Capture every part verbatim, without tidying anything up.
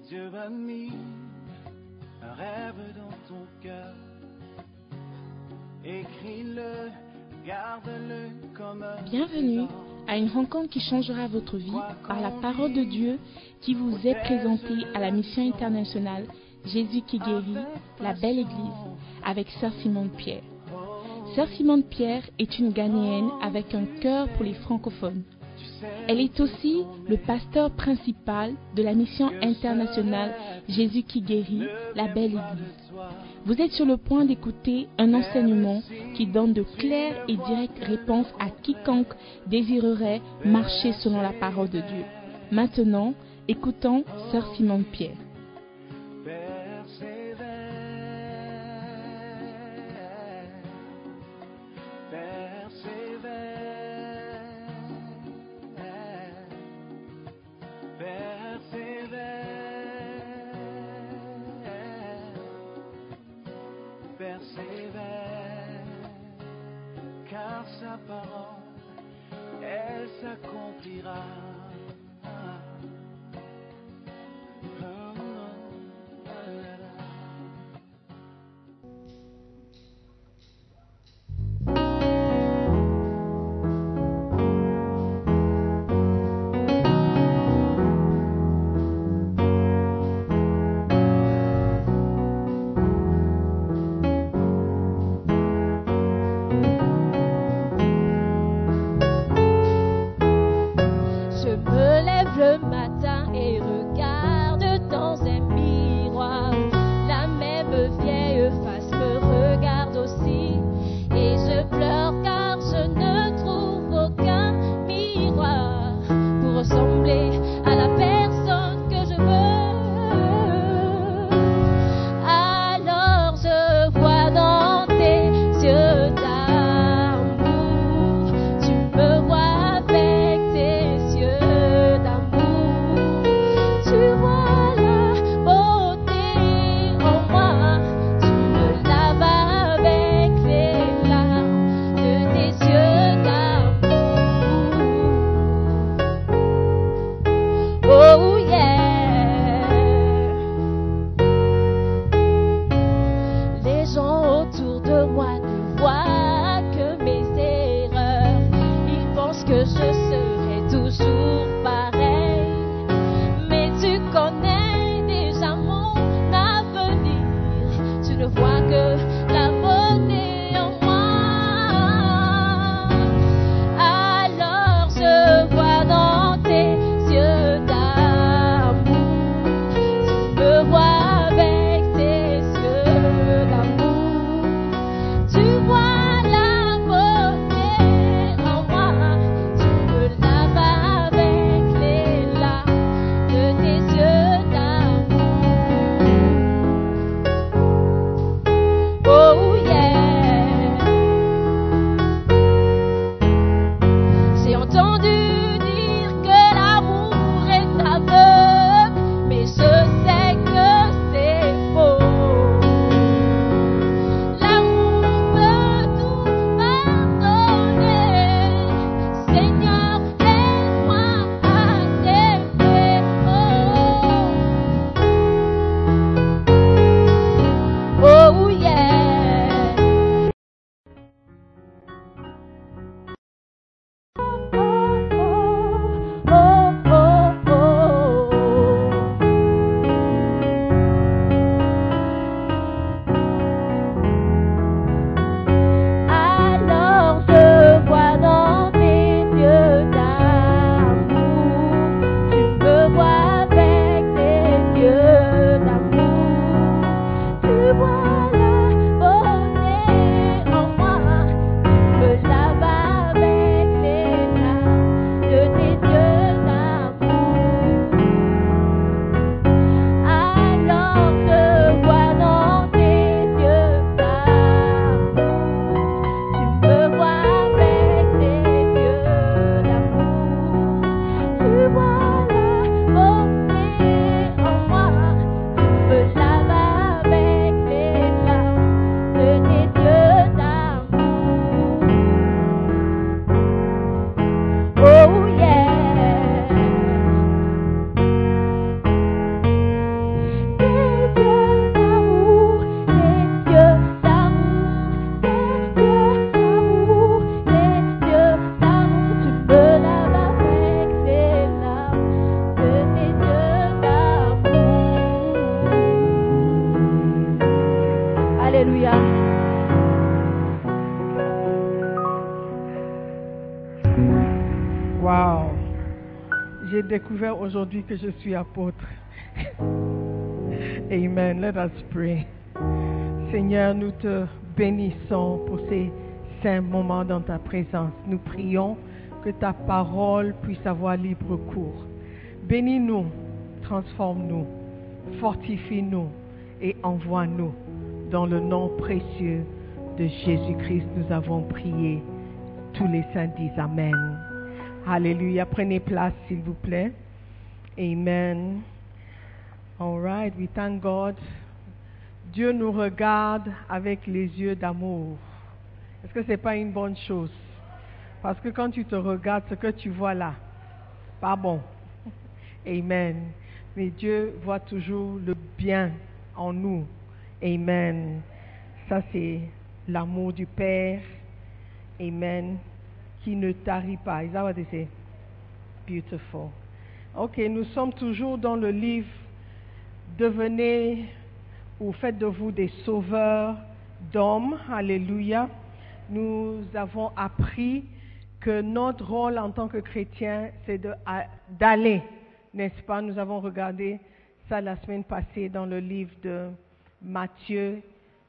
Dieu a mis un rêve dans ton cœur. Écris-le, garde-le comme un Bienvenue à une rencontre qui changera votre vie par la parole de Dieu qui vous est présentée à la mission internationale Jésus qui guérit, la belle église, avec Sœur Simone Pierre. Sœur Simone Pierre est une Ghanéenne avec un cœur pour les francophones. Elle est aussi le pasteur principal de la mission internationale Jésus qui guérit, la belle église. Vous êtes sur le point d'écouter un enseignement qui donne de claires et directes réponses à quiconque désirerait marcher selon la parole de Dieu. Maintenant, écoutons Sœur Simone Pierre. Persévère, car sa parole, elle s'accomplira. Je découvert aujourd'hui que je suis apôtre. Amen. Let us pray. Seigneur, nous te bénissons pour ces saints moments dans ta présence. Nous prions que ta parole puisse avoir libre cours. Bénis-nous, transforme-nous, fortifie-nous et envoie-nous. Dans le nom précieux de Jésus-Christ, nous avons prié. Tous les saints disent Amen. Alléluia. Prenez place, s'il vous plaît. Amen. All right, we thank God. Dieu nous regarde avec les yeux d'amour. Est-ce que ce n'est pas une bonne chose? Parce que quand tu te regardes, ce que tu vois là, pas bon. Amen. Mais Dieu voit toujours le bien en nous. Amen. Ça, c'est l'amour du Père. Amen. Qui ne tarit pas. Is that what they say? Beautiful. Ok, nous sommes toujours dans le livre Devenez ou faites de vous des sauveurs d'hommes. Alléluia. Nous avons appris que notre rôle en tant que chrétien, c'est de, d'aller, n'est-ce pas? Nous avons regardé ça la semaine passée dans le livre de Matthieu,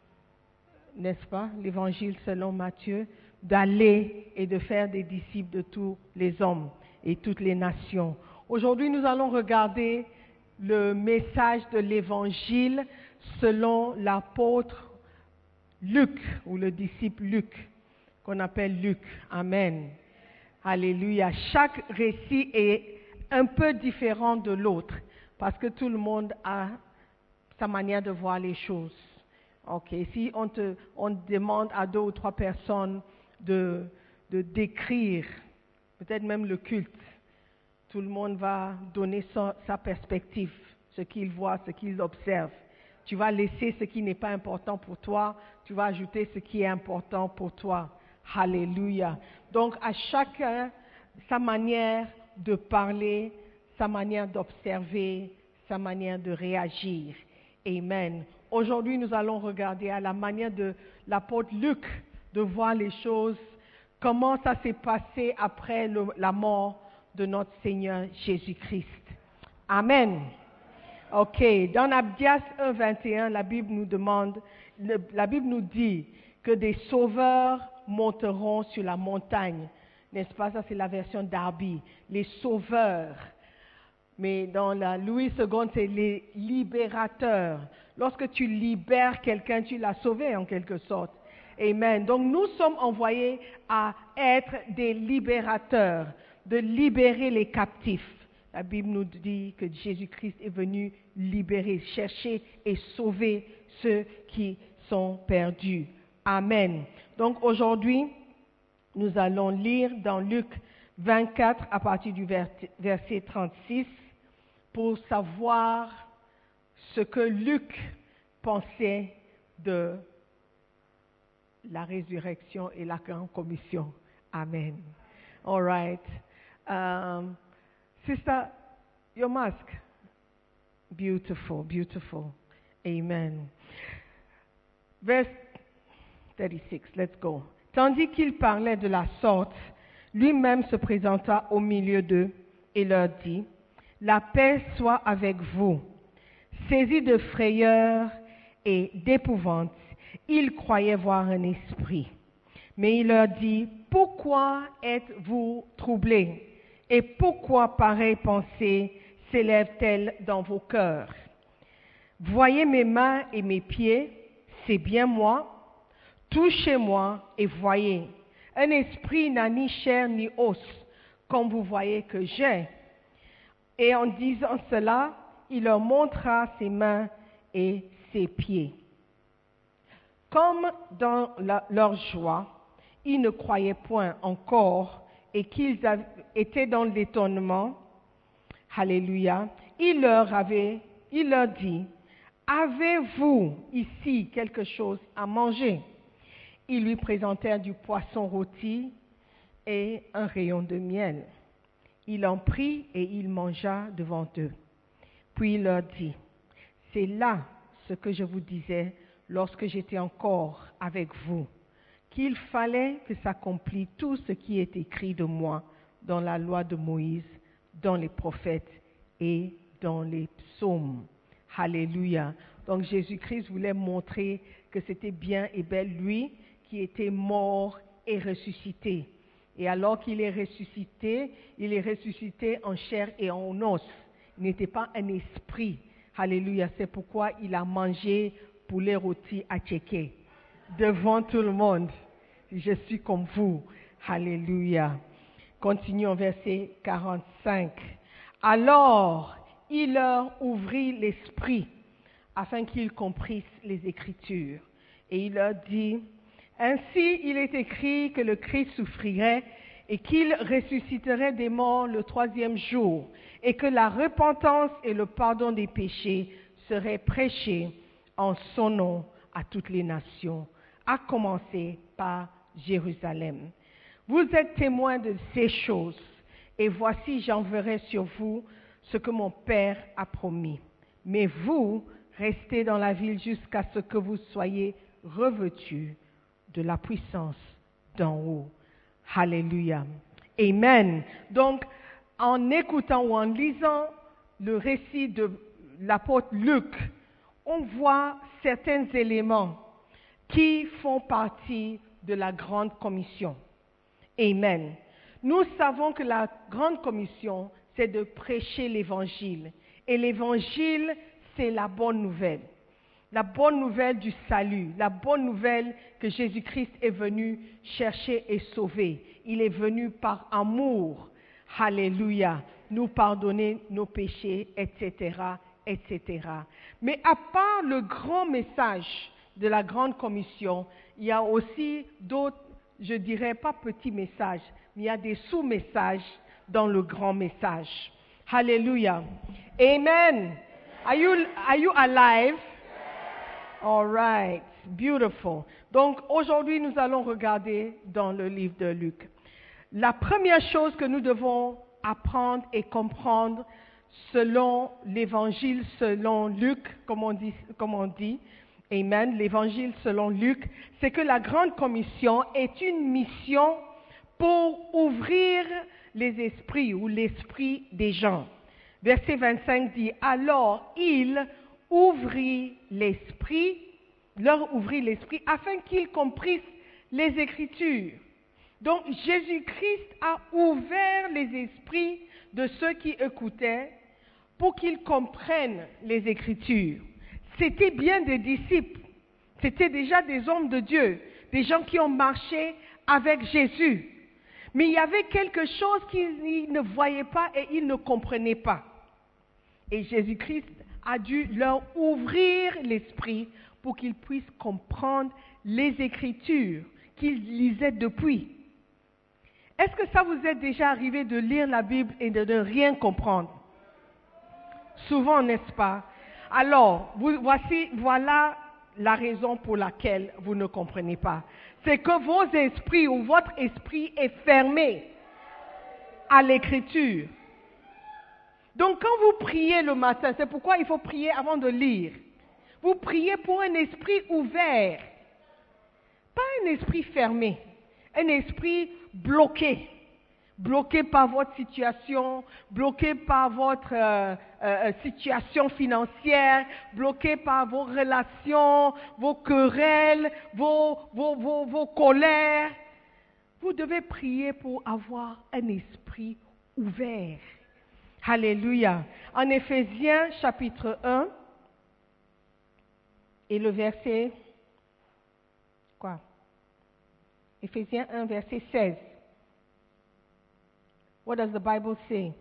n'est-ce pas? L'évangile selon Matthieu, d'aller et de faire des disciples de tous les hommes et toutes les nations. Aujourd'hui, nous allons regarder le message de l'évangile selon l'apôtre Luc, ou le disciple Luc, qu'on appelle Luc. Amen. Alléluia. Chaque récit est un peu différent de l'autre, parce que tout le monde a sa manière de voir les choses. Ok, si on te, on demande à deux ou trois personnes de, de décrire, peut-être même le culte, tout le monde va donner sa, sa perspective, ce qu'il voit, ce qu'il observe. Tu vas laisser ce qui n'est pas important pour toi, tu vas ajouter ce qui est important pour toi. Alléluia. Donc, à chacun, sa manière de parler, sa manière d'observer, sa manière de réagir. Amen. Aujourd'hui, nous allons regarder à la manière de l'apôtre Luc de voir les choses, comment ça s'est passé après le, la mort de notre Seigneur Jésus-Christ. Amen. Ok, dans Abdias un, vingt et un, la Bible nous demande, le, la Bible nous dit que des sauveurs monteront sur la montagne. N'est-ce pas? Ça, c'est la version Darby. Les sauveurs. Mais dans la Louis deux, c'est les libérateurs. Lorsque tu libères quelqu'un, tu l'as sauvé en quelque sorte. Amen. Donc, nous sommes envoyés à être des libérateurs, de libérer les captifs. La Bible nous dit que Jésus-Christ est venu libérer, chercher et sauver ceux qui sont perdus. Amen. Donc aujourd'hui, nous allons lire dans Luc vingt-quatre à partir du verset trente-six pour savoir ce que Luc pensait de la résurrection et la grande commission. Amen. All right. Um, Sister, your mask. Beautiful, beautiful. Amen. Verse thirty-six, let's go. Tandis qu'il parlait de la sorte, lui-même se présenta au milieu d'eux et leur dit, « La paix soit avec vous. » Saisis de frayeur et d'épouvante, ils croyaient voir un esprit. Mais il leur dit, « Pourquoi êtes-vous troublés? Et pourquoi pareille pensée s'élève-t-elle dans vos cœurs? Voyez mes mains et mes pieds, c'est bien moi. Touchez-moi et voyez. Un esprit n'a ni chair ni os, comme vous voyez que j'ai. » Et en disant cela, il leur montra ses mains et ses pieds. Comme dans la, leur joie, ils ne croyaient point encore et qu'ils avaient, étaient dans l'étonnement, alléluia, il leur avait, il leur dit, « Avez-vous ici quelque chose à manger? » Ils lui présentèrent du poisson rôti et un rayon de miel. Il en prit et il mangea devant eux. Puis il leur dit, « C'est là ce que je vous disais lorsque j'étais encore avec vous, qu'il fallait que s'accomplisse tout ce qui est écrit de moi dans la loi de Moïse, dans les prophètes et dans les psaumes. Alléluia. Donc Jésus-Christ voulait montrer que c'était bien et bel lui qui était mort et ressuscité. Et alors qu'il est ressuscité, il est ressuscité en chair et en os. Il n'était pas un esprit. Alléluia. C'est pourquoi il a mangé poulet rôti à tchéké devant tout le monde. Je suis comme vous. Alléluia. Continuons verset quarante-cinq. Alors, il leur ouvrit l'esprit afin qu'ils comprissent les Écritures. Et il leur dit, ainsi il est écrit que le Christ souffrirait et qu'il ressusciterait des morts le troisième jour, et que la repentance et le pardon des péchés seraient prêchés en son nom à toutes les nations, à commencer par Jérusalem. Vous êtes témoins de ces choses, et voici j'enverrai sur vous ce que mon Père a promis. Mais vous, restez dans la ville jusqu'à ce que vous soyez revêtus de la puissance d'en haut. Alléluia. Amen. Donc, en écoutant ou en lisant le récit de l'apôtre Luc, on voit certains éléments qui font partie de la grande commission. Amen. Nous savons que la grande commission, c'est de prêcher l'évangile. Et l'évangile, c'est la bonne nouvelle. La bonne nouvelle du salut, la bonne nouvelle que Jésus-Christ est venu chercher et sauver. Il est venu par amour, alléluia, nous pardonner nos péchés, et cetera, et cetera. Mais à part le grand message de la grande commission, il y a aussi d'autres, je dirais pas petits messages, mais il y a des sous-messages dans le grand message. Alléluia. Amen. Are you, are you alive? All right, beautiful. Donc aujourd'hui, nous allons regarder dans le livre de Luc. La première chose que nous devons apprendre et comprendre selon l'évangile selon Luc, comme on dit, comme on dit, amen, l'évangile selon Luc, c'est que la grande commission est une mission pour ouvrir les esprits ou l'esprit des gens. Verset vingt-cinq dit, alors il ouvrit l'esprit, leur ouvrit l'esprit afin qu'ils comprissent les Écritures. Donc Jésus-Christ a ouvert les esprits de ceux qui écoutaient pour qu'ils comprennent les Écritures. C'était bien des disciples, c'était déjà des hommes de Dieu, des gens qui ont marché avec Jésus. Mais il y avait quelque chose qu'ils ne voyaient pas et ils ne comprenaient pas. Et Jésus-Christ a dû leur ouvrir l'esprit pour qu'ils puissent comprendre les Écritures qu'ils lisaient depuis. Est-ce que ça vous est déjà arrivé de lire la Bible et de ne rien comprendre? Souvent, n'est-ce pas? Alors, vous, voici, voilà la raison pour laquelle vous ne comprenez pas. C'est que vos esprits ou votre esprit est fermé à l'Écriture. Donc, quand vous priez le matin, c'est pourquoi il faut prier avant de lire. Vous priez pour un esprit ouvert, pas un esprit fermé, un esprit bloqué, bloqué par votre situation, bloqué par votre euh, euh, situation financière, bloqué par vos relations, vos querelles, vos, vos, vos, vos colères. Vous devez prier pour avoir un esprit ouvert. Alléluia. En Éphésiens chapitre un et le verset, quoi? Éphésiens un verset seize. What does the Bible say?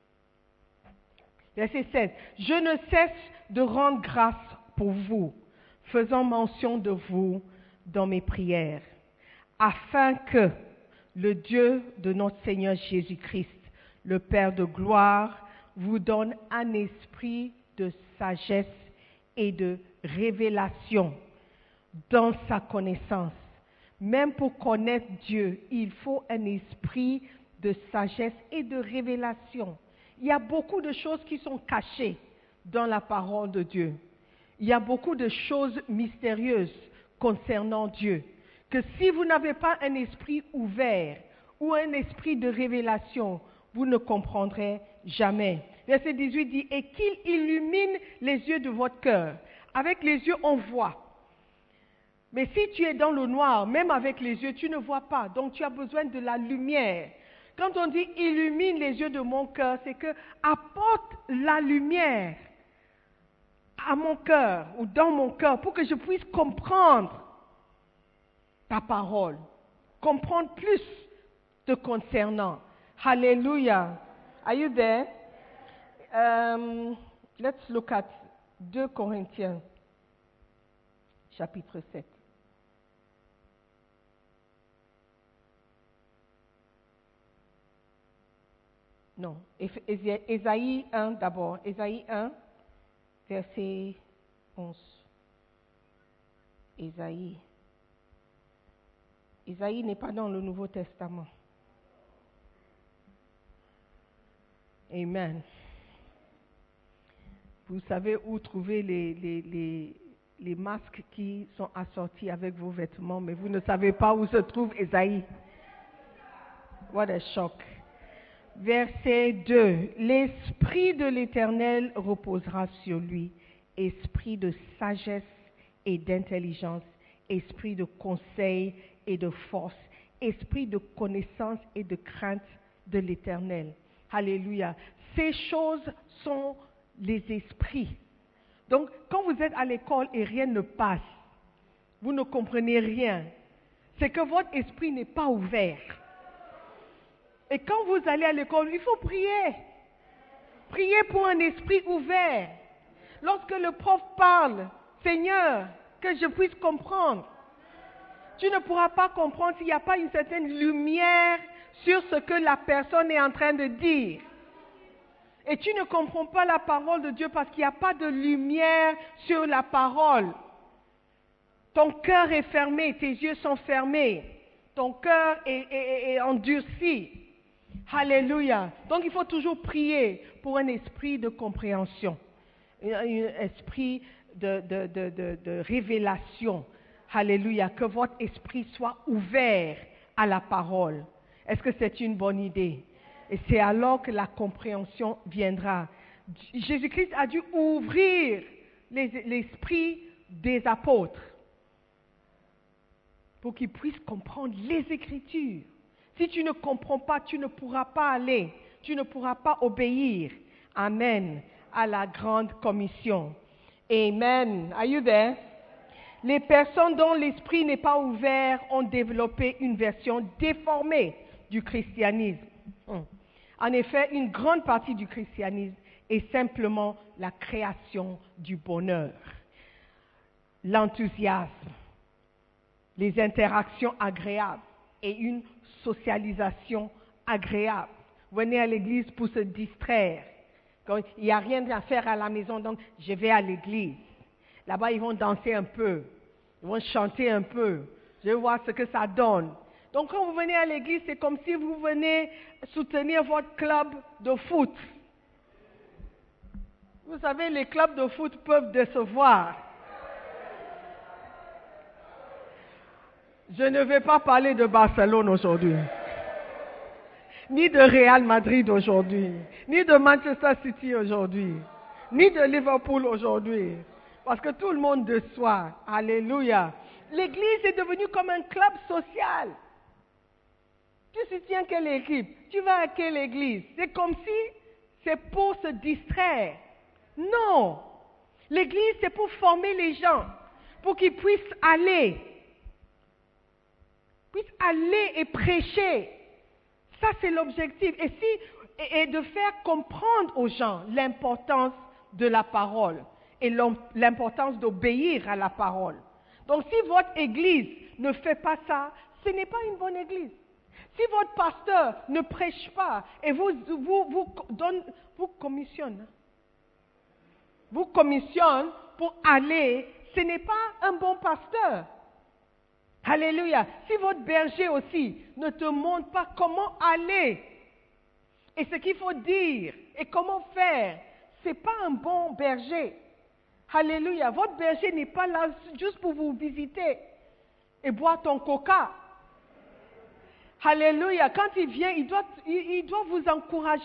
Verset seize. Je ne cesse de rendre grâce pour vous, faisant mention de vous dans mes prières, afin que le Dieu de notre Seigneur Jésus-Christ, le Père de gloire, vous donne un esprit de sagesse et de révélation dans sa connaissance. Même pour connaître Dieu, il faut un esprit de sagesse et de révélation. Il y a beaucoup de choses qui sont cachées dans la parole de Dieu. Il y a beaucoup de choses mystérieuses concernant Dieu, que si vous n'avez pas un esprit ouvert ou un esprit de révélation, vous ne comprendrez jamais. Verset dix-huit dit, et qu'il illumine les yeux de votre cœur. Avec les yeux, on voit. Mais si tu es dans le noir, même avec les yeux, tu ne vois pas. Donc tu as besoin de la lumière. Quand on dit illumine les yeux de mon cœur, c'est que apporte la lumière à mon cœur ou dans mon cœur pour que je puisse comprendre ta parole, comprendre plus te concernant. Hallelujah. Are you there? Um, let's look at deux Corinthiens, chapitre sept. Non, Ésaïe un d'abord. Ésaïe un, verset onze. Ésaïe. Ésaïe n'est pas dans le Nouveau Testament. Amen. Vous savez où trouver les, les, les, les masques qui sont assortis avec vos vêtements, mais vous ne savez pas où se trouve Ésaïe. What a shock. Verset deux. L'Esprit de l'Éternel reposera sur lui, esprit de sagesse et d'intelligence, esprit de conseil et de force, esprit de connaissance et de crainte de l'Éternel. Alléluia. Ces choses sont les esprits. Donc, quand vous êtes à l'école et rien ne passe, vous ne comprenez rien, c'est que votre esprit n'est pas ouvert. Et quand vous allez à l'école, il faut prier. Prier pour un esprit ouvert. Lorsque le prof parle, Seigneur, que je puisse comprendre. Tu ne pourras pas comprendre s'il n'y a pas une certaine lumière sur ce que la personne est en train de dire. Et tu ne comprends pas la parole de Dieu parce qu'il n'y a pas de lumière sur la parole. Ton cœur est fermé, tes yeux sont fermés. Ton cœur est, est, est endurci. Alléluia. Donc il faut toujours prier pour un esprit de compréhension, un esprit de, de, de, de, de révélation. Alléluia. Que votre esprit soit ouvert à la parole. Est-ce que c'est une bonne idée? Et c'est alors que la compréhension viendra. Jésus-Christ a dû ouvrir les, l'esprit des apôtres pour qu'ils puissent comprendre les Écritures. Si tu ne comprends pas, tu ne pourras pas aller, tu ne pourras pas obéir. Amen. À la grande commission. Amen. Are you there? Les personnes dont l'esprit n'est pas ouvert ont développé une version déformée du christianisme. En effet, une grande partie du christianisme est simplement la création du bonheur, l'enthousiasme, les interactions agréables et une socialisation agréable. Venez à l'église pour se distraire. Quand il n'y a rien à faire à la maison, donc je vais à l'église. Là-bas, ils vont danser un peu, ils vont chanter un peu. Je vais voir ce que ça donne. Donc, quand vous venez à l'église, c'est comme si vous venez soutenir votre club de foot. Vous savez, les clubs de foot peuvent décevoir. Je ne vais pas parler de Barcelone aujourd'hui, ni de Real Madrid aujourd'hui, ni de Manchester City aujourd'hui, ni de Liverpool aujourd'hui, parce que tout le monde déçoit. Alléluia. L'église est devenue comme un club social. Tu soutiens quelle équipe? Tu vas à quelle église? C'est comme si c'est pour se distraire. Non. L'église, c'est pour former les gens, pour qu'ils puissent aller, puissent aller et prêcher. Ça, c'est l'objectif. Et, si, et, et de faire comprendre aux gens l'importance de la parole et l'importance d'obéir à la parole. Donc, si votre église ne fait pas ça, ce n'est pas une bonne église. Si votre pasteur ne prêche pas et vous, vous, vous, donne, vous commissionne, vous commissionne pour aller, ce n'est pas un bon pasteur. Alléluia. Si votre berger aussi ne te montre pas comment aller et ce qu'il faut dire et comment faire, ce n'est pas un bon berger. Alléluia. Votre berger n'est pas là juste pour vous visiter et boire ton coca. Alléluia. Quand il vient, il doit, il, il doit vous encourager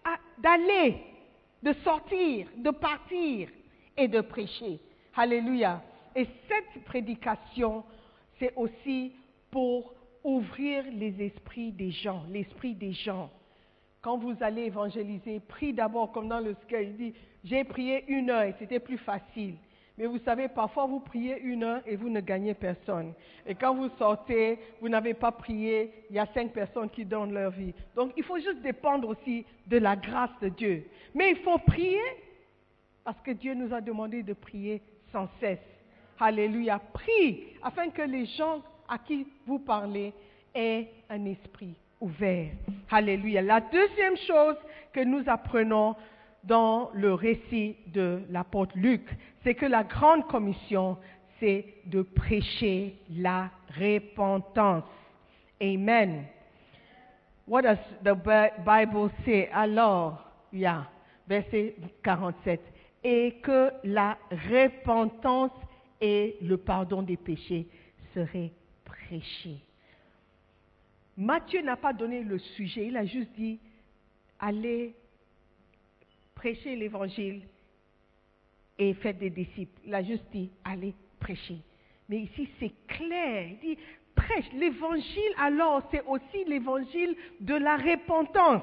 à, d'aller, de sortir, de partir et de prêcher. Alléluia. Et cette prédication, c'est aussi pour ouvrir les esprits des gens, l'esprit des gens. Quand vous allez évangéliser, prie d'abord, comme dans le sketch, il dit, j'ai prié une heure et c'était plus facile. Mais vous savez, parfois vous priez une heure et vous ne gagnez personne. Et quand vous sortez, vous n'avez pas prié, il y a cinq personnes qui donnent leur vie. Donc il faut juste dépendre aussi de la grâce de Dieu. Mais il faut prier parce que Dieu nous a demandé de prier sans cesse. Alléluia. Prie afin que les gens à qui vous parlez aient un esprit ouvert. Alléluia. La deuxième chose que nous apprenons dans le récit de l'apôtre Luc, c'est que la grande commission, c'est de prêcher la repentance. Amen. What does the Bible say? Alors, yeah, verset quarante-sept. Et que la repentance et le pardon des péchés seraient prêchés. Matthieu n'a pas donné le sujet, il a juste dit, allez prêcher l'évangile et faites des disciples. Il a juste dit, allez prêcher. Mais ici, c'est clair. Il dit, prêche. L'évangile, alors, c'est aussi l'évangile de la repentance.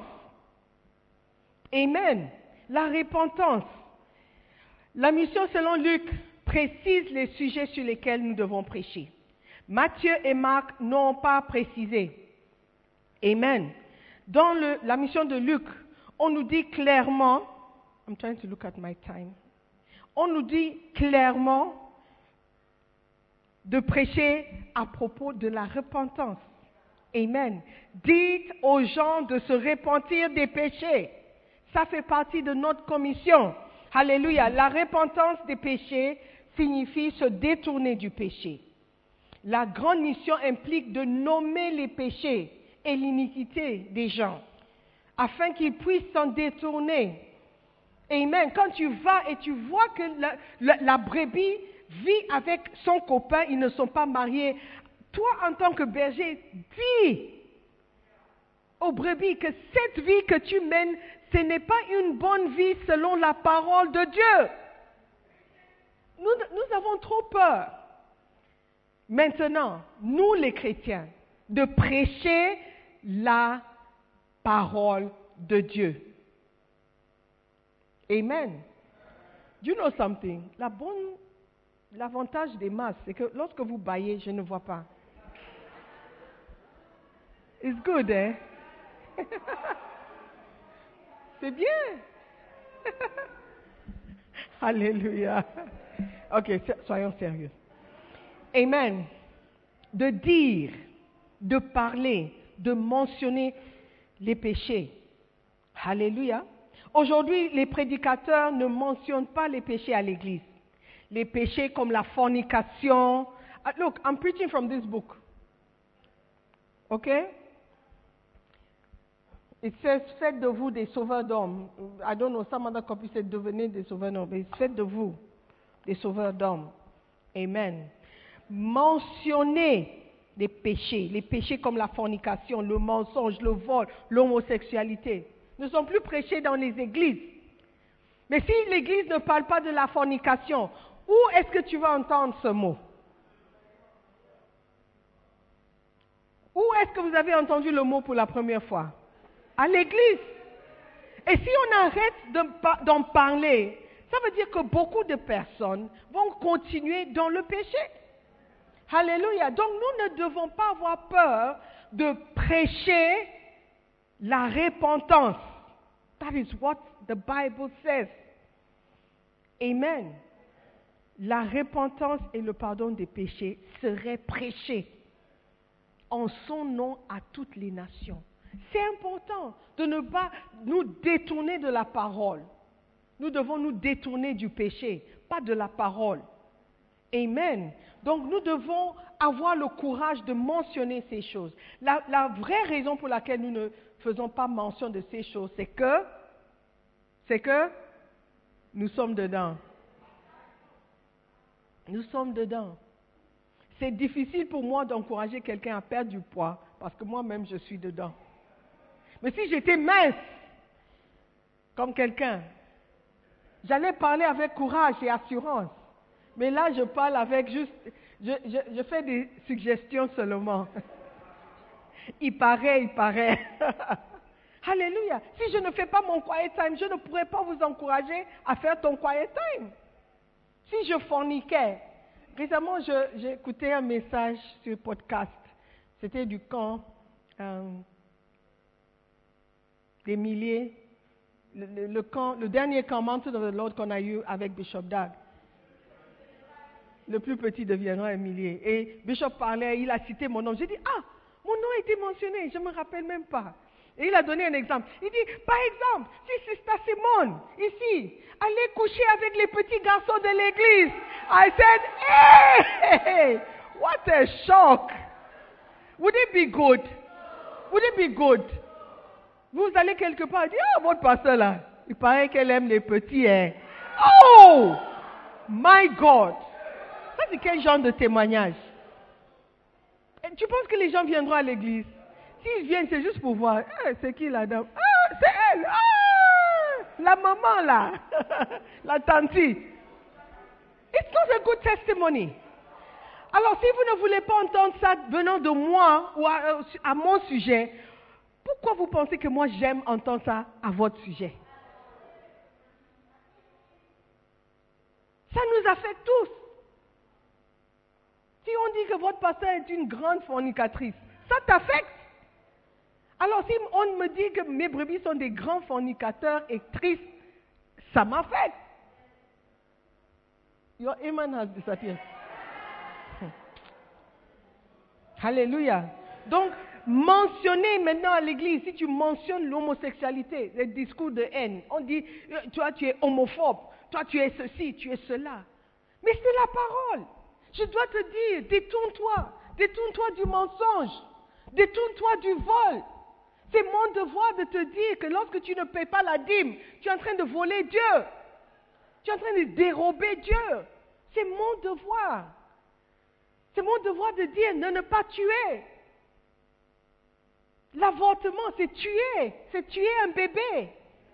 Amen. La repentance. La mission selon Luc précise les sujets sur lesquels nous devons prêcher. Matthieu et Marc n'ont pas précisé. Amen. Dans le, la mission de Luc, on nous dit clairement, I'm trying to look at my time. On nous dit clairement de prêcher à propos de la repentance. Amen. Dites aux gens de se repentir des péchés. Ça fait partie de notre commission. Alléluia. La repentance des péchés signifie se détourner du péché. La grande mission implique de nommer les péchés et l'iniquité des gens, afin qu'ils puissent s'en détourner. Amen. Quand tu vas et tu vois que la, la, la brebis vit avec son copain, ils ne sont pas mariés, toi en tant que berger, dis aux brebis que cette vie que tu mènes, ce n'est pas une bonne vie selon la parole de Dieu. Nous, nous avons trop peur. Maintenant, nous les chrétiens, de prêcher la parole de Dieu. Amen. Do you know something? La bonne, l'avantage des masques, c'est que lorsque vous baillez, je ne vois pas. It's good, hein? C'est bien. Alléluia. Ok, soyons sérieux. Amen. De dire, de parler, de mentionner les péchés. Alléluia. Aujourd'hui, les prédicateurs ne mentionnent pas les péchés à l'église. Les péchés comme la fornication. Look, I'm preaching from this book. Okay? It says, faites de vous des sauveurs d'hommes. I don't know, some other copy said, devenez des sauveurs d'hommes. Mais faites de vous des sauveurs d'hommes. Amen. Mentionnez les péchés, les péchés comme la fornication, le mensonge, le vol, l'homosexualité, ne sont plus prêchés dans les églises. Mais si l'église ne parle pas de la fornication, où est-ce que tu vas entendre ce mot? Où est-ce que vous avez entendu le mot pour la première fois? À l'église. Et si on arrête d'en parler, ça veut dire que beaucoup de personnes vont continuer dans le péché. Alléluia. Donc nous ne devons pas avoir peur de prêcher la repentance. That is what the Bible says. Amen. La repentance et le pardon des péchés seraient prêchés en son nom à toutes les nations. C'est important de ne pas nous détourner de la parole. Nous devons nous détourner du péché, pas de la parole. Amen. Donc nous devons avoir le courage de mentionner ces choses. La, la vraie raison pour laquelle nous ne faisons pas mention de ces choses, c'est que, c'est que nous sommes dedans. Nous sommes dedans. C'est difficile pour moi d'encourager quelqu'un à perdre du poids parce que moi-même je suis dedans. Mais si j'étais mince, Comme quelqu'un. J'allais parler avec courage et assurance. Mais là, je parle avec juste... Je, je, je fais des suggestions seulement. Il paraît, il paraît. Alléluia. Si je ne fais pas mon quiet time, je ne pourrais pas vous encourager à faire ton quiet time. Si je forniquais. Récemment, je, j'ai écouté un message sur podcast. C'était du camp euh, des milliers. Le, le, le, camp, le dernier camp Mountain of the Lord qu'on a eu avec Bishop Dag. Le plus petit deviendra un millier. Et Bishop parlait, il a cité mon nom. J'ai dit, ah, mon nom a été mentionné, je ne me rappelle même pas. Et il a donné un exemple. Il dit, par exemple, si Sister Simone, ici, allait coucher avec les petits garçons de l'église. I said, hey, hey, what a shock. Would it be good? Would it be good? Vous allez quelque part et dire, ah, votre pasteur là, il paraît qu'elle aime les petits, hein. Oh, my God. Ça, c'est quel genre de témoignage? Et tu penses que les gens viendront à l'église? S'ils viennent, c'est juste pour voir. Ah, c'est qui la dame? Ah, c'est elle. Ah, la maman là. La tante. It's not a good testimony. Alors, si vous ne voulez pas entendre ça venant de moi ou à, à mon sujet, pourquoi vous pensez que moi j'aime entendre ça à votre sujet? Ça nous affecte tous. Si on dit que votre pasteur est une grande fornicatrice, ça t'affecte. Alors si on me dit que mes brebis sont des grands fornicateurs et tristes, ça m'affecte. Your amen has disappeared. Alléluia. Donc, mentionner maintenant à l'église, si tu mentionnes l'homosexualité, les discours de haine, on dit, toi tu es homophobe, toi tu es ceci, tu es cela. Mais c'est la parole. Je dois te dire, détourne-toi, détourne-toi du mensonge, détourne-toi du vol. C'est mon devoir de te dire que lorsque tu ne paies pas la dîme, tu es en train de voler Dieu. Tu es en train de dérober Dieu. C'est mon devoir. C'est mon devoir de dire ne ne pas tuer. L'avortement, c'est tuer. C'est tuer un bébé.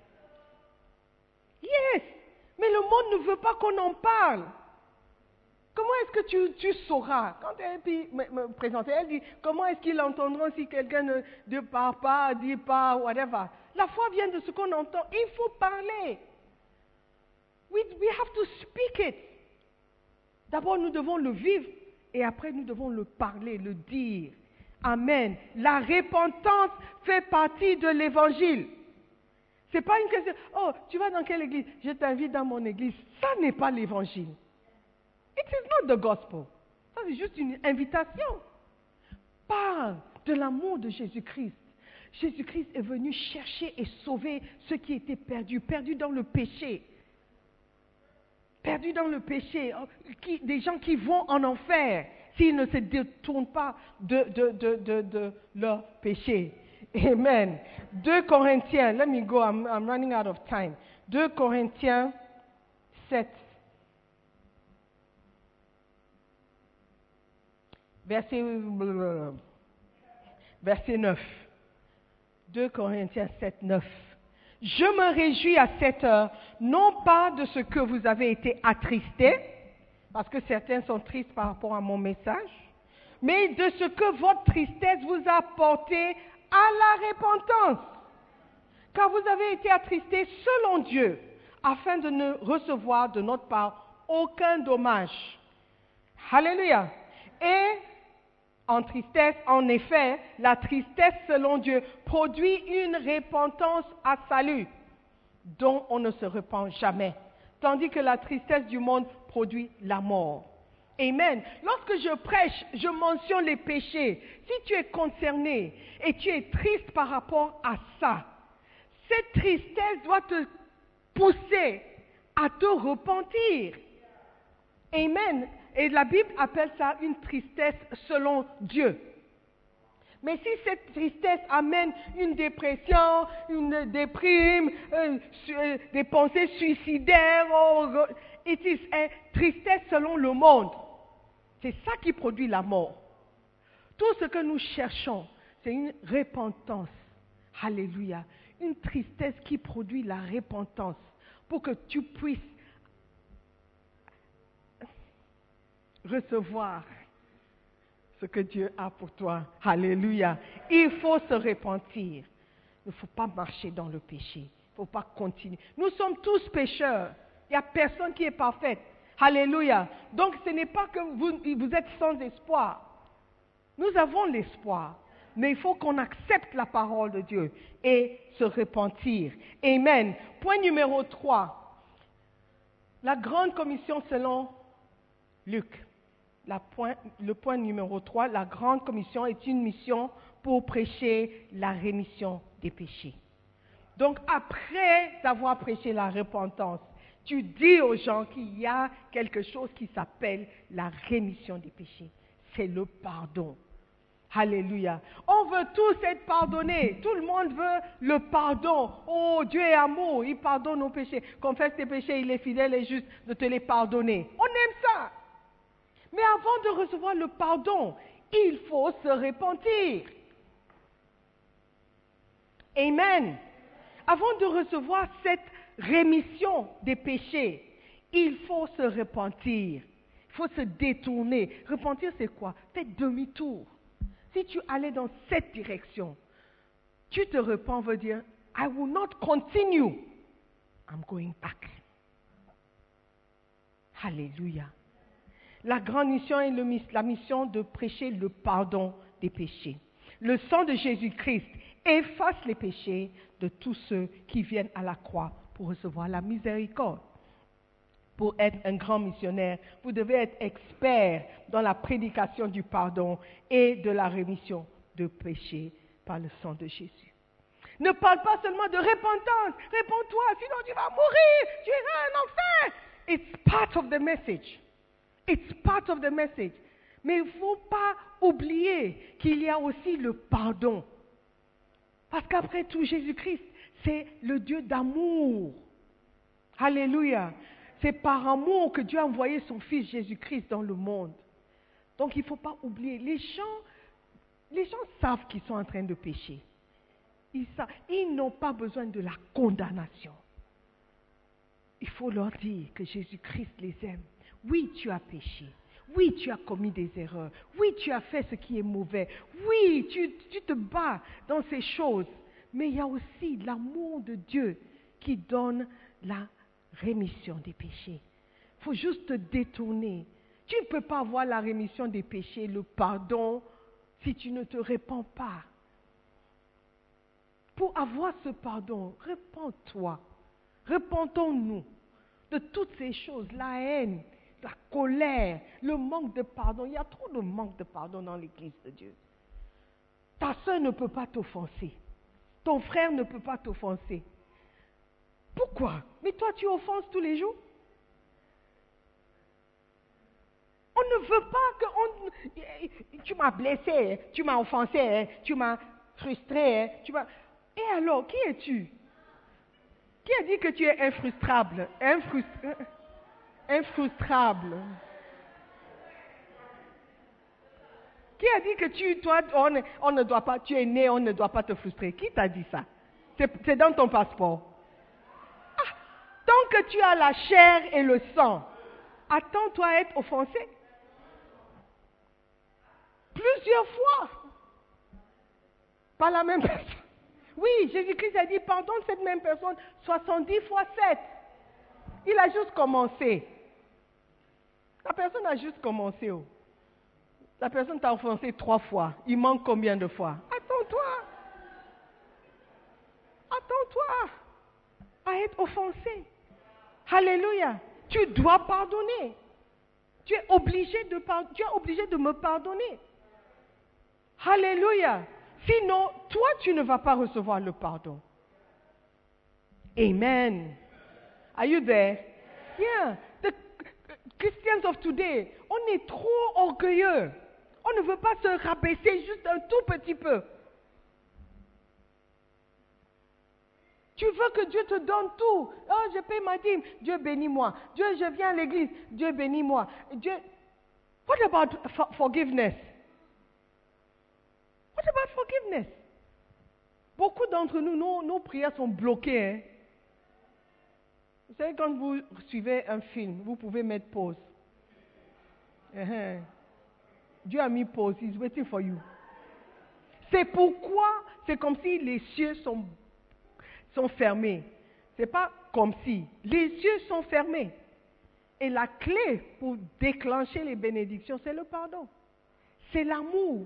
Yes. Mais le monde ne veut pas qu'on en parle. Comment est-ce que tu, tu sauras? Quand elle me, me présentait, elle dit, comment est-ce qu'ils l'entendront si quelqu'un ne, ne parle pas, dit pas, whatever. La foi vient de ce qu'on entend. Il faut parler. We, we have to speak it. D'abord, nous devons le vivre et après, nous devons le parler, le dire. Amen. La repentance fait partie de l'évangile. C'est pas une question, oh, tu vas dans quelle église? Je t'invite dans mon église. Ça n'est pas l'évangile. It is not the gospel. Ça, c'est juste une invitation. Parle de l'amour de Jésus-Christ. Jésus-Christ est venu chercher et sauver ceux qui étaient perdus, perdus dans le péché. Perdus dans le péché. Qui, des gens qui vont en enfer s'ils ne se détournent pas de, de, de, de, de leur péché. Amen. deux Corinthiens, let me go, I'm, I'm running out of time. deux Corinthiens sept. Verset, verset neuf. deux Corinthiens sept, neuf. Je me réjouis à cette heure, non pas de ce que vous avez été attristés, parce que certains sont tristes par rapport à mon message, mais de ce que votre tristesse vous a porté à la repentance. Car vous avez été attristés selon Dieu, afin de ne recevoir de notre part aucun dommage. Alléluia. Et en tristesse, en effet, la tristesse selon Dieu produit une repentance à salut, dont on ne se repent jamais. Tandis que la tristesse du monde produit la mort. Amen. Lorsque je prêche, je mentionne les péchés. Si tu es concerné et tu es triste par rapport à ça, cette tristesse doit te pousser à te repentir. Amen. Et la Bible appelle ça une tristesse selon Dieu. Mais si cette tristesse amène une dépression, une déprime, euh, euh, des pensées suicidaires, oh, it is a tristesse selon le monde. C'est ça qui produit la mort. Tout ce que nous cherchons, c'est une repentance. Alléluia. une tristesse qui produit la repentance pour que tu puisses recevoir ce que Dieu a pour toi. Alléluia. Il faut se repentir. Il ne faut pas marcher dans le péché. Il ne faut pas continuer. Nous sommes tous pécheurs. Il n'y a personne qui est parfait. Alléluia. Donc ce n'est pas que vous, vous êtes sans espoir. Nous avons l'espoir. Mais il faut qu'on accepte la parole de Dieu et se repentir. Amen. Point numéro trois. La grande commission selon Luc. La point, le point numéro trois, la grande commission est une mission pour prêcher la rémission des péchés. Donc après avoir prêché la repentance, tu dis aux gens qu'il y a quelque chose qui s'appelle la rémission des péchés. C'est le pardon. Alléluia. On veut tous être pardonnés. Tout le monde veut le pardon. Oh, Dieu est amour. Il pardonne nos péchés. Confesse tes péchés, il est fidèle et juste de te les pardonner. On aime ça. Mais avant de recevoir le pardon, il faut se repentir. Amen. Avant de recevoir cette rémission des péchés, il faut se repentir. Il faut se détourner. Repentir, c'est quoi? Faites demi-tour. Si tu allais dans cette direction, tu te repens, veut dire, I will not continue. I'm going back. Alléluia. La grande mission est le, la mission de prêcher le pardon des péchés. Le sang de Jésus-Christ efface les péchés de tous ceux qui viennent à la croix pour recevoir la miséricorde. Pour être un grand missionnaire, vous devez être expert dans la prédication du pardon et de la rémission de péchés par le sang de Jésus. Ne parle pas seulement de repentance. Réponds-toi, sinon tu vas mourir, tu iras en enfer. It's part of the message. It's part of the message. Mais il ne faut pas oublier qu'il y a aussi le pardon. Parce qu'après tout, Jésus-Christ, c'est le Dieu d'amour. Alléluia. C'est par amour que Dieu a envoyé son Fils Jésus-Christ dans le monde. Donc il ne faut pas oublier. Les gens, les gens savent qu'ils sont en train de pécher. Ils savent, ils n'ont pas besoin de la condamnation. Il faut leur dire que Jésus-Christ les aime. Oui, tu as péché. Oui, tu as commis des erreurs. Oui, tu as fait ce qui est mauvais. Oui, tu, tu te bats dans ces choses. Mais il y a aussi l'amour de Dieu qui donne la rémission des péchés. Il faut juste te détourner. Tu ne peux pas avoir la rémission des péchés, le pardon, si tu ne te répands pas. Pour avoir ce pardon, repens-toi. Repentons-nous de toutes ces choses, la haine, la colère, le manque de pardon. Il y a trop de manque de pardon dans l'Église de Dieu. Ta soeur ne peut pas t'offenser. Ton frère ne peut pas t'offenser. Pourquoi? Mais toi, tu offenses tous les jours. On ne veut pas que... On, tu m'as blessé, tu m'as offensé, tu m'as frustré. Tu m'as... Et alors, qui es-tu? Qui a dit que tu es infrustrable? Infrustra... Infrustrable. Qui a dit que tu, toi, on, on ne doit pas, tu es né, on ne doit pas te frustrer? Qui t'a dit ça? C'est, c'est dans ton passeport. Ah, tant que tu as la chair et le sang, attends-toi à être offensé. Plusieurs fois. Par la même personne. Oui, Jésus-Christ a dit, pardonne cette même personne soixante-dix fois sept. Il a juste commencé. La personne a juste commencé. Oh. La personne t'a offensé trois fois. Il manque combien de fois? Attends-toi. Attends-toi à être offensé. Alléluia. Tu dois pardonner. Tu es obligé de, tu es obligé de me pardonner. Alléluia. Sinon, toi, tu ne vas pas recevoir le pardon. Amen. Are you there? Yeah. The Christians of today, on est trop orgueilleux. On ne veut pas se rabaisser juste un tout petit peu. Tu veux que Dieu te donne tout. Oh, je paie ma dîme. Dieu bénis-moi. Dieu, je viens à l'église. Dieu bénis-moi. Dieu... What about for- forgiveness? What about forgiveness? beaucoup d'entre nous, nos, nos prières sont bloquées. Hein. Vous savez, quand vous suivez un film, vous pouvez mettre pause. Uh-huh. Dieu a mis pause, he's waiting for you. C'est pourquoi, c'est comme si les cieux sont, sont fermés. C'est pas comme si, les cieux sont fermés. Et la clé pour déclencher les bénédictions, c'est le pardon. C'est l'amour.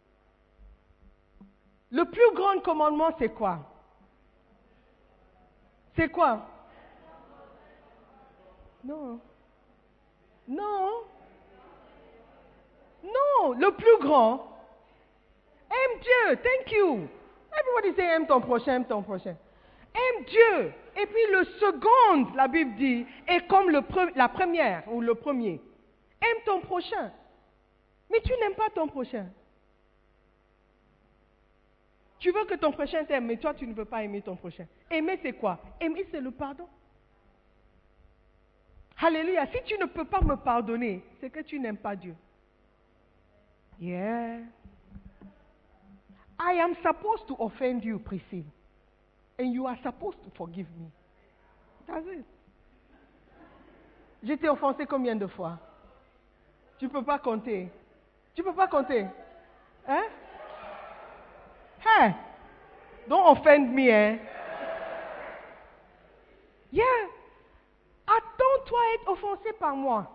Le plus grand commandement, c'est quoi? C'est quoi? Non. Non. Non, le plus grand. Aime Dieu, thank you. Everybody say aime ton prochain, aime ton prochain. Aime Dieu. Et puis le second, la Bible dit, est comme le pre- la première ou le premier. Aime ton prochain. Mais tu n'aimes pas ton prochain. Tu veux que ton prochain t'aime, mais toi tu ne veux pas aimer ton prochain. Aimer c'est quoi? Aimer c'est le pardon. Alléluia. Si tu ne peux pas me pardonner, c'est que tu n'aimes pas Dieu. Yeah. I am supposed to offend you, Priscilla. And you are supposed to forgive me. That's it. J'ai été offensé combien de fois? Tu ne peux pas compter. Tu ne peux pas compter. Hein? Hey! Don't offend me, hein? Yeah. Attends-toi à être offensé par moi.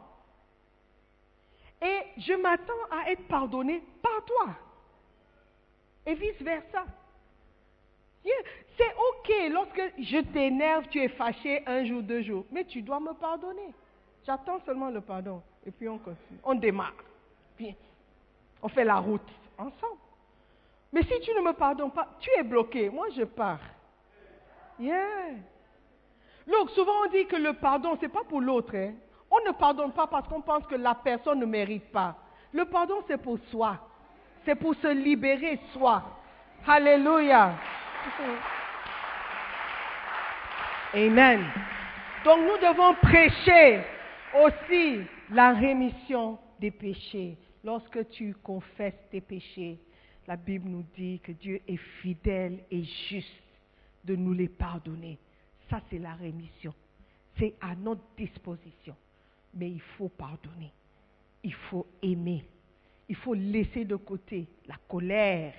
Et je m'attends à être pardonné par toi. Et vice-versa. Yeah. C'est ok lorsque je t'énerve, tu es fâché un jour, deux jours. Mais tu dois me pardonner. J'attends seulement le pardon. Et puis on continue. On démarre. Puis on fait la route ensemble. Mais si tu ne me pardonnes pas, tu es bloqué. Moi, je pars. Yeah. Look, souvent on dit que le pardon, ce n'est pas pour l'autre. Hein. On ne pardonne pas parce qu'on pense que la personne ne mérite pas. Le pardon, c'est pour soi. C'est pour se libérer soi. Alléluia. Amen. Donc nous devons prêcher aussi la rémission des péchés. Lorsque tu confesses tes péchés, la Bible nous dit que Dieu est fidèle et juste de nous les pardonner. Ça, c'est la rémission. C'est à notre disposition. Mais il faut pardonner. Il faut aimer. Il faut laisser de côté la colère.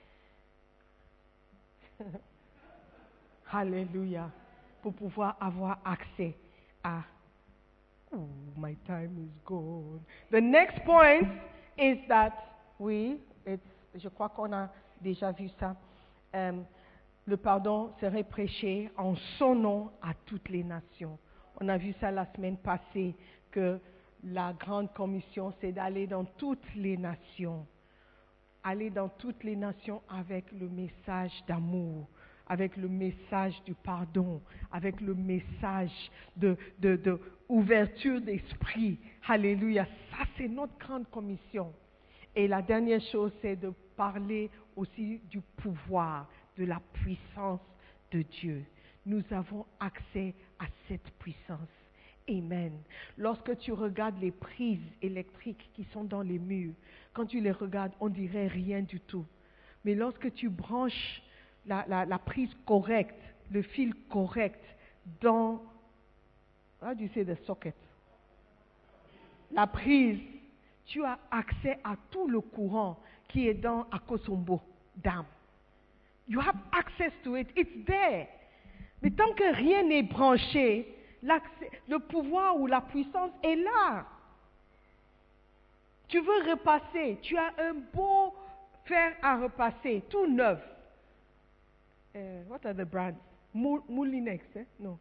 Alléluia. Pour pouvoir avoir accès à... Oh, my time is gone. The next point is that, oui, it's, je crois qu'on a déjà vu ça. Um, le pardon serait prêché en son nom à toutes les nations. On a vu ça la semaine passée, que la grande commission, c'est d'aller dans toutes les nations. Aller dans toutes les nations avec le message d'amour, avec le message du pardon, avec le message de, de, de ouverture d'esprit. Alléluia. Ça, c'est notre grande commission. Et la dernière chose, c'est de parler aussi du pouvoir, de la puissance de Dieu. Nous avons accès à cette puissance. Amen. Lorsque tu regardes les prises électriques qui sont dans les murs, quand tu les regardes, on dirait rien du tout. Mais lorsque tu branches la, la, la prise correcte, le fil correct dans, how do you say the socket? La prise, tu as accès à tout le courant qui est dans Akosombo Dam. You have access to it. It's there. Mais tant que rien n'est branché, le pouvoir ou la puissance est là. Tu veux repasser, tu as un beau fer à repasser, tout neuf. Uh, what are the brands? Moulinex, eh? No.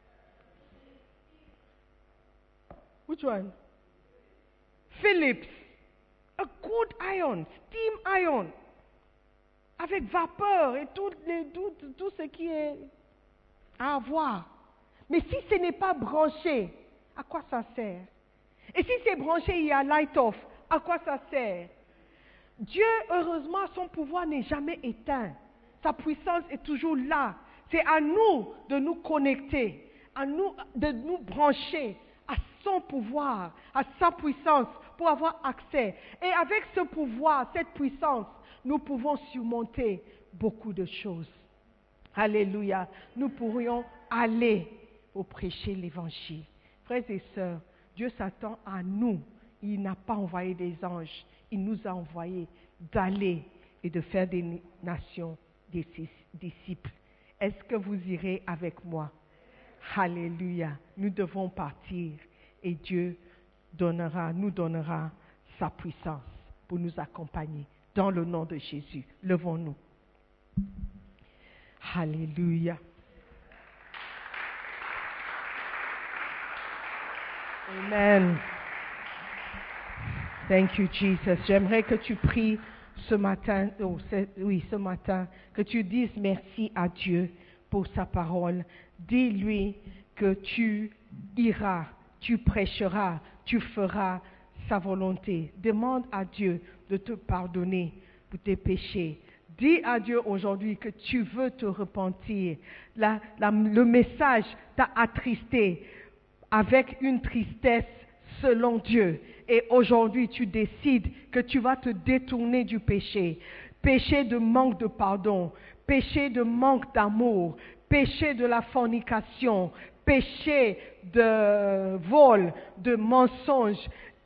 Which one? Philips. A good iron, steam iron. Avec vapeur et tout, les, tout, tout ce qui est à avoir. Mais si ce n'est pas branché, à quoi ça sert? Et si c'est branché, il y a light off, à quoi ça sert? Dieu, heureusement, son pouvoir n'est jamais éteint. Sa puissance est toujours là. C'est à nous de nous connecter, à nous de nous brancher à son pouvoir, à sa puissance pour avoir accès. Et avec ce pouvoir, cette puissance, nous pouvons surmonter beaucoup de choses. Alléluia. Nous pourrions aller pour prêcher l'évangile. Frères et sœurs, Dieu s'attend à nous. Il n'a pas envoyé des anges. Il nous a envoyés d'aller et de faire des nations des disciples. Est-ce que vous irez avec moi? Alléluia. Nous devons partir et Dieu donnera, nous donnera sa puissance pour nous accompagner. Dans le nom de Jésus, levons-nous. Alléluia. Amen. Thank you, Jesus. J'aimerais que tu pries ce matin, oh, oui, ce matin, que tu dises merci à Dieu pour sa parole. Dis-lui que tu iras, tu prêcheras, tu feras sa volonté. Demande à Dieu de te pardonner pour tes péchés. Dis à Dieu aujourd'hui que tu veux te repentir. La, la, le message t'a attristé avec une tristesse selon Dieu. Et aujourd'hui, tu décides que tu vas te détourner du péché. Péché de manque de pardon, péché de manque d'amour, péché de la fornication, péché de vol, de mensonge,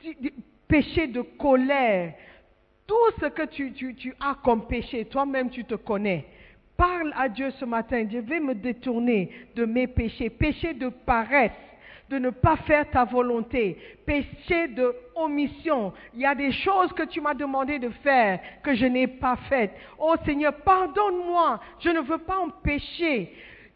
péché de colère. Tout ce que tu, tu, tu as comme péché, toi-même tu te connais. Parle à Dieu ce matin. Je vais me détourner de mes péchés. Péché de paresse, de ne pas faire ta volonté. Péché de omission. Il y a des choses que tu m'as demandé de faire que je n'ai pas faites. Oh Seigneur, pardonne-moi. Je ne veux pas empêcher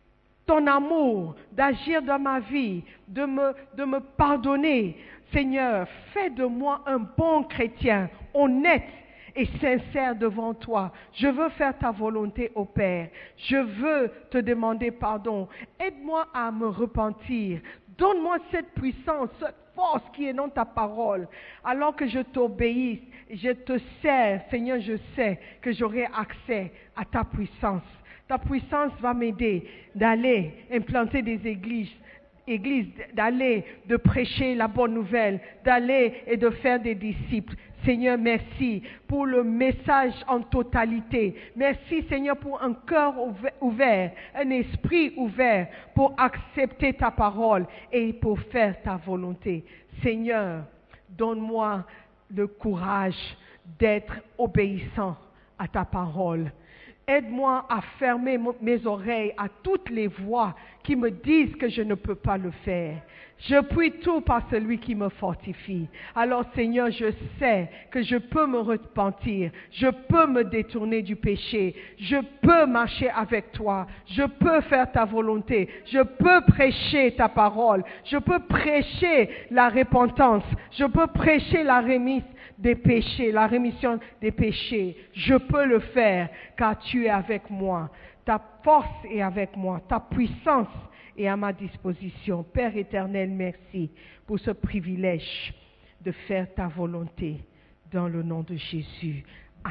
ton amour d'agir dans ma vie, de me, de me pardonner. Seigneur, fais de moi un bon chrétien, honnête et sincère devant toi. Je veux faire ta volonté, ô Père. Je veux te demander pardon. Aide-moi à me repentir. Donne-moi cette puissance, cette force qui est dans ta parole. Alors que je t'obéisse, je te sers, Seigneur, je sais que j'aurai accès à ta puissance. Ta puissance va m'aider d'aller implanter des églises, églises, d'aller, de prêcher la bonne nouvelle, d'aller et de faire des disciples. Seigneur, merci pour le message en totalité. Merci, Seigneur, pour un cœur ouvert, un esprit ouvert pour accepter ta parole et pour faire ta volonté. Seigneur, donne-moi le courage d'être obéissant à ta parole. Aide-moi à fermer mes oreilles à toutes les voix qui me disent que je ne peux pas le faire. Je puis tout par celui qui me fortifie. Alors Seigneur, je sais que je peux me repentir, je peux me détourner du péché, je peux marcher avec toi, je peux faire ta volonté, je peux prêcher ta parole, je peux prêcher la repentance, je peux prêcher la remise des péchés, la rémission des péchés. Je peux le faire car tu es avec moi. Ta force est avec moi, ta puissance est à ma disposition. Père éternel, merci pour ce privilège de faire ta volonté dans le nom de Jésus.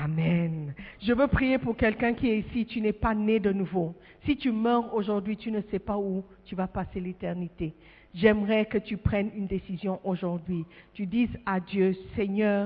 Amen. Je veux prier pour quelqu'un qui est ici, tu n'es pas né de nouveau. Si tu meurs aujourd'hui, tu ne sais pas où tu vas passer l'éternité. J'aimerais que tu prennes une décision aujourd'hui. Tu dises à Dieu, Seigneur,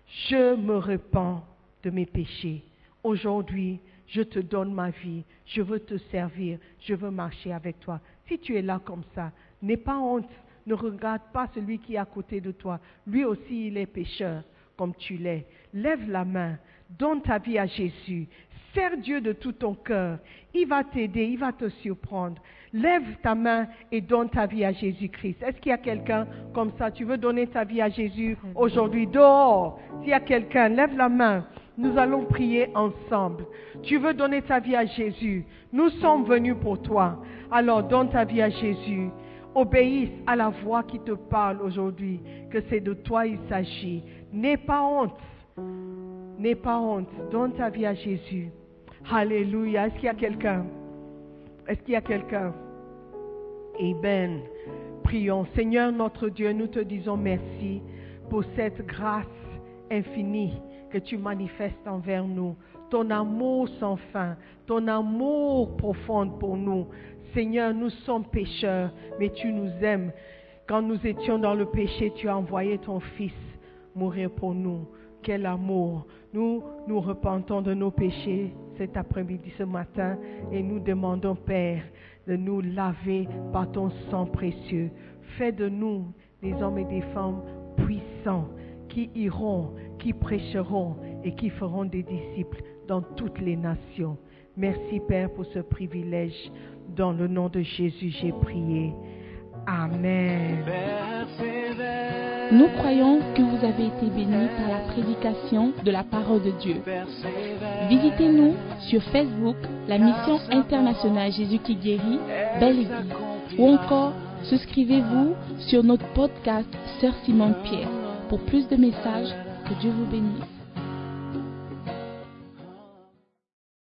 je me repens de mes péchés. Aujourd'hui, je te donne ma vie. Je veux te servir. Je veux marcher avec toi. Si tu es là comme ça, n'aie pas honte. Ne regarde pas celui qui est à côté de toi. Lui aussi, il est pécheur, comme tu l'es. Lève la main. Donne ta vie à Jésus. Sers Dieu de tout ton cœur. Il va t'aider, il va te surprendre. Lève ta main et donne ta vie à Jésus-Christ. Est-ce qu'il y a quelqu'un comme ça? Tu veux donner ta vie à Jésus aujourd'hui? Dehors. S'il y a quelqu'un, lève la main. Nous allons prier ensemble. Tu veux donner ta vie à Jésus? Nous sommes venus pour toi. Alors donne ta vie à Jésus. Obéisse à la voix qui te parle aujourd'hui, que c'est de toi il s'agit. N'aie pas honte. N'aie pas honte. Donne ta vie à Jésus. Alléluia. Est-ce qu'il y a quelqu'un? Est-ce qu'il y a quelqu'un? Amen. Prions. Seigneur notre Dieu, nous te disons merci pour cette grâce infinie que tu manifestes envers nous. Ton amour sans fin, ton amour profond pour nous. Seigneur, nous sommes pécheurs, mais tu nous aimes. Quand nous étions dans le péché, tu as envoyé ton Fils mourir pour nous. Quel amour! Nous nous repentons de nos péchés, cet après-midi, ce matin, et nous demandons, Père, de nous laver par ton sang précieux. Fais de nous des hommes et des femmes puissants qui iront, qui prêcheront et qui feront des disciples dans toutes les nations. Merci, Père, pour ce privilège. Dans le nom de Jésus, j'ai prié. Amen. Nous croyons que vous avez été bénis par la prédication de la parole de Dieu. Visitez-nous sur Facebook, la Mission Internationale Jésus qui guérit, Belle Église, ou encore souscrivez-vous sur notre podcast Sœur Simone Pierre. Pour plus de messages, que Dieu vous bénisse.